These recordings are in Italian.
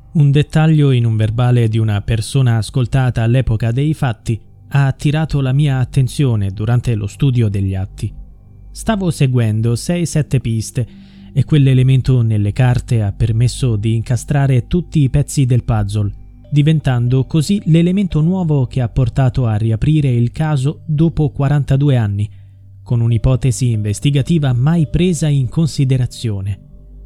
Un dettaglio in un verbale di una persona ascoltata all'epoca dei fatti ha attirato la mia attenzione durante lo studio degli atti. Stavo seguendo 6-7 piste e quell'elemento nelle carte ha permesso di incastrare tutti i pezzi del puzzle, diventando così l'elemento nuovo che ha portato a riaprire il caso dopo 42 anni, con un'ipotesi investigativa mai presa in considerazione.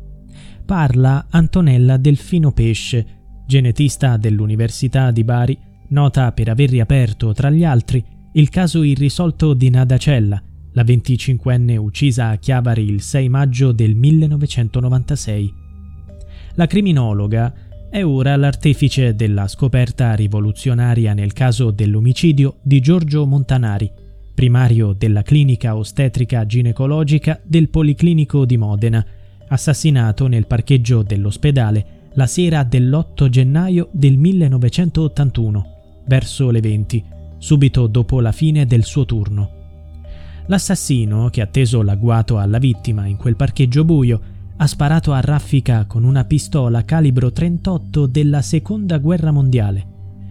Parla Antonella Delfino Pesce, genetista dell'Università di Bari, nota per aver riaperto, tra gli altri, il caso irrisolto di Nadacella, la 25enne uccisa a Chiavari il 6 maggio del 1996. La criminologa è ora l'artefice della scoperta rivoluzionaria nel caso dell'omicidio di Giorgio Montanari, primario della clinica ostetrica ginecologica del Policlinico di Modena, assassinato nel parcheggio dell'ospedale la sera dell'8 gennaio del 1981, verso le 20, subito dopo la fine del suo turno. L'assassino, che ha teso l'agguato alla vittima in quel parcheggio buio, ha sparato a raffica con una pistola calibro 38 della Seconda Guerra Mondiale.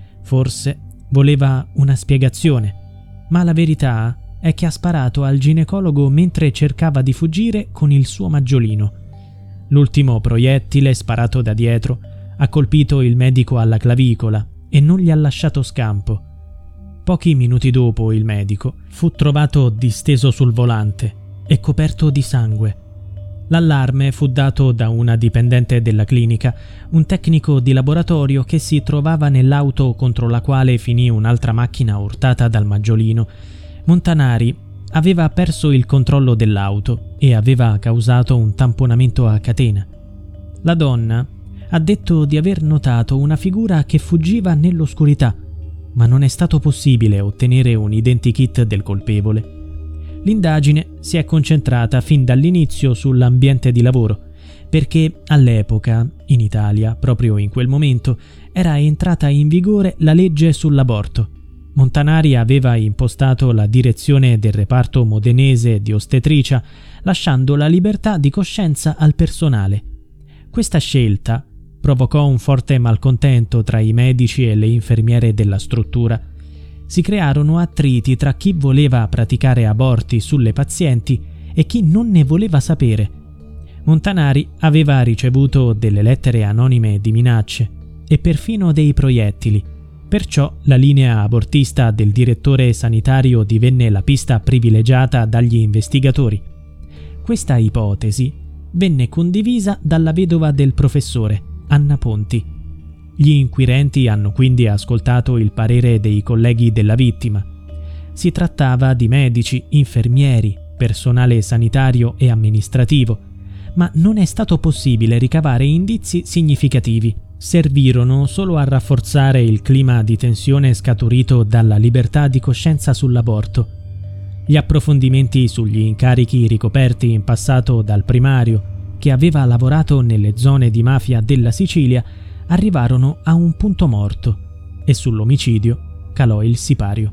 Forse voleva una spiegazione, ma la verità è che ha sparato al ginecologo mentre cercava di fuggire con il suo maggiolino. L'ultimo proiettile, sparato da dietro, ha colpito il medico alla clavicola e non gli ha lasciato scampo. Pochi minuti dopo il medico fu trovato disteso sul volante e coperto di sangue. L'allarme fu dato da una dipendente della clinica, un tecnico di laboratorio che si trovava nell'auto contro la quale finì un'altra macchina urtata dal maggiolino. Montanari aveva perso il controllo dell'auto e aveva causato un tamponamento a catena. La donna ha detto di aver notato una figura che fuggiva nell'oscurità, ma non è stato possibile ottenere un identikit del colpevole. L'indagine si è concentrata fin dall'inizio sull'ambiente di lavoro, perché all'epoca, in Italia, proprio in quel momento, era entrata in vigore la legge sull'aborto. Montanari aveva impostato la direzione del reparto modenese di ostetricia, lasciando la libertà di coscienza al personale. Questa scelta provocò un forte malcontento tra i medici e le infermiere della struttura. Si crearono attriti tra chi voleva praticare aborti sulle pazienti e chi non ne voleva sapere. Montanari aveva ricevuto delle lettere anonime di minacce e perfino dei proiettili. Perciò la linea abortista del direttore sanitario divenne la pista privilegiata dagli investigatori. Questa ipotesi venne condivisa dalla vedova del professore, Anna Ponti. Gli inquirenti hanno quindi ascoltato il parere dei colleghi della vittima. Si trattava di medici, infermieri, personale sanitario e amministrativo, ma non è stato possibile ricavare indizi significativi. Servirono solo a rafforzare il clima di tensione scaturito dalla libertà di coscienza sull'aborto. Gli approfondimenti sugli incarichi ricoperti in passato dal primario, che aveva lavorato nelle zone di mafia della Sicilia, arrivarono a un punto morto e sull'omicidio calò il sipario.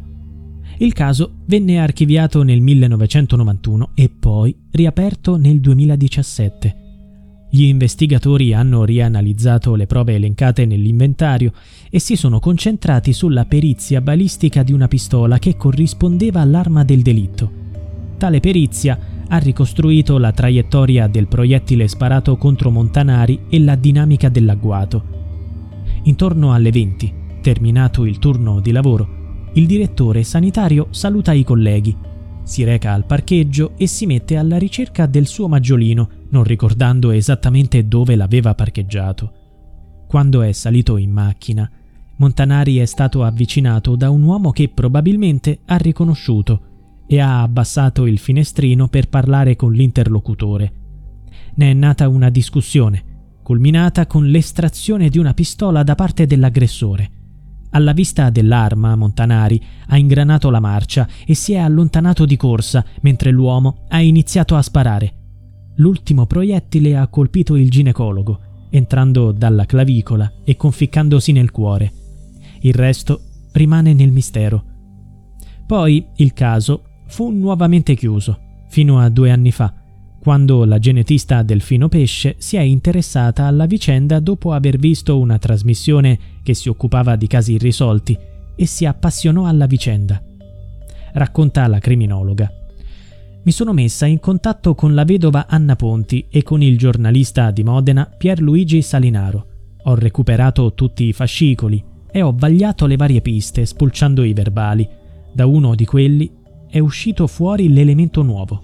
Il caso venne archiviato nel 1991 e poi riaperto nel 2017. Gli investigatori hanno rianalizzato le prove elencate nell'inventario e si sono concentrati sulla perizia balistica di una pistola che corrispondeva all'arma del delitto. Tale perizia ha ricostruito la traiettoria del proiettile sparato contro Montanari e la dinamica dell'agguato. Intorno alle 20, terminato il turno di lavoro, il direttore sanitario saluta i colleghi, si reca al parcheggio e si mette alla ricerca del suo maggiolino, non ricordando esattamente dove l'aveva parcheggiato. Quando è salito in macchina, Montanari è stato avvicinato da un uomo che probabilmente ha riconosciuto e ha abbassato il finestrino per parlare con l'interlocutore. Ne è nata una discussione, culminata con l'estrazione di una pistola da parte dell'aggressore. Alla vista dell'arma, Montanari ha ingranato la marcia e si è allontanato di corsa, mentre l'uomo ha iniziato a sparare. L'ultimo proiettile ha colpito il ginecologo, entrando dalla clavicola e conficcandosi nel cuore. Il resto rimane nel mistero. Poi il caso fu nuovamente chiuso, fino a 2 anni fa, quando la genetista Delfino Pesce si è interessata alla vicenda dopo aver visto una trasmissione che si occupava di casi irrisolti e si appassionò alla vicenda. Racconta la criminologa. Mi sono messa in contatto con la vedova Anna Ponti e con il giornalista di Modena Pierluigi Salinaro. Ho recuperato tutti i fascicoli e ho vagliato le varie piste spulciando i verbali. Da uno di quelli è uscito fuori l'elemento nuovo.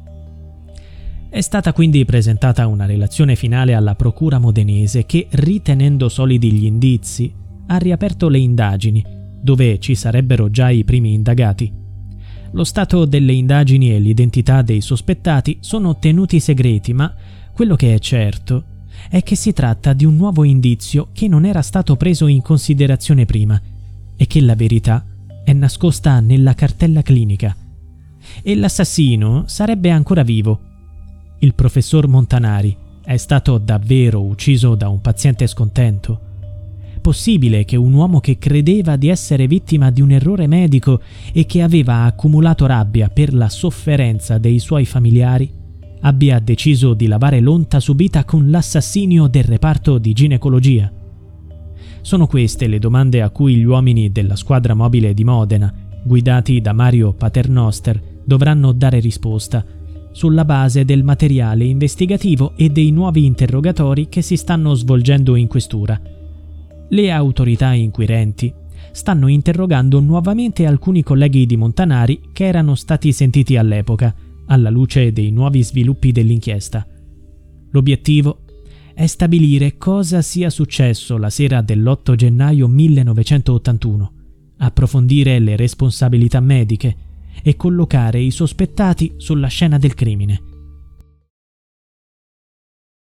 È stata quindi presentata una relazione finale alla procura modenese che, ritenendo solidi gli indizi, ha riaperto le indagini, dove ci sarebbero già i primi indagati. Lo stato delle indagini e l'identità dei sospettati sono tenuti segreti, ma quello che è certo è che si tratta di un nuovo indizio che non era stato preso in considerazione prima e che la verità è nascosta nella cartella clinica. E l'assassino sarebbe ancora vivo. Il professor Montanari è stato davvero ucciso da un paziente scontento? Possibile che un uomo che credeva di essere vittima di un errore medico e che aveva accumulato rabbia per la sofferenza dei suoi familiari abbia deciso di lavare l'onta subita con l'assassinio del reparto di ginecologia? Sono queste le domande a cui gli uomini della squadra mobile di Modena, guidati da Mario Paternoster, dovranno dare risposta, sulla base del materiale investigativo e dei nuovi interrogatori che si stanno svolgendo in questura. Le autorità inquirenti stanno interrogando nuovamente alcuni colleghi di Montanari che erano stati sentiti all'epoca, alla luce dei nuovi sviluppi dell'inchiesta. L'obiettivo è stabilire cosa sia successo la sera dell'8 gennaio 1981, approfondire le responsabilità mediche e collocare i sospettati sulla scena del crimine.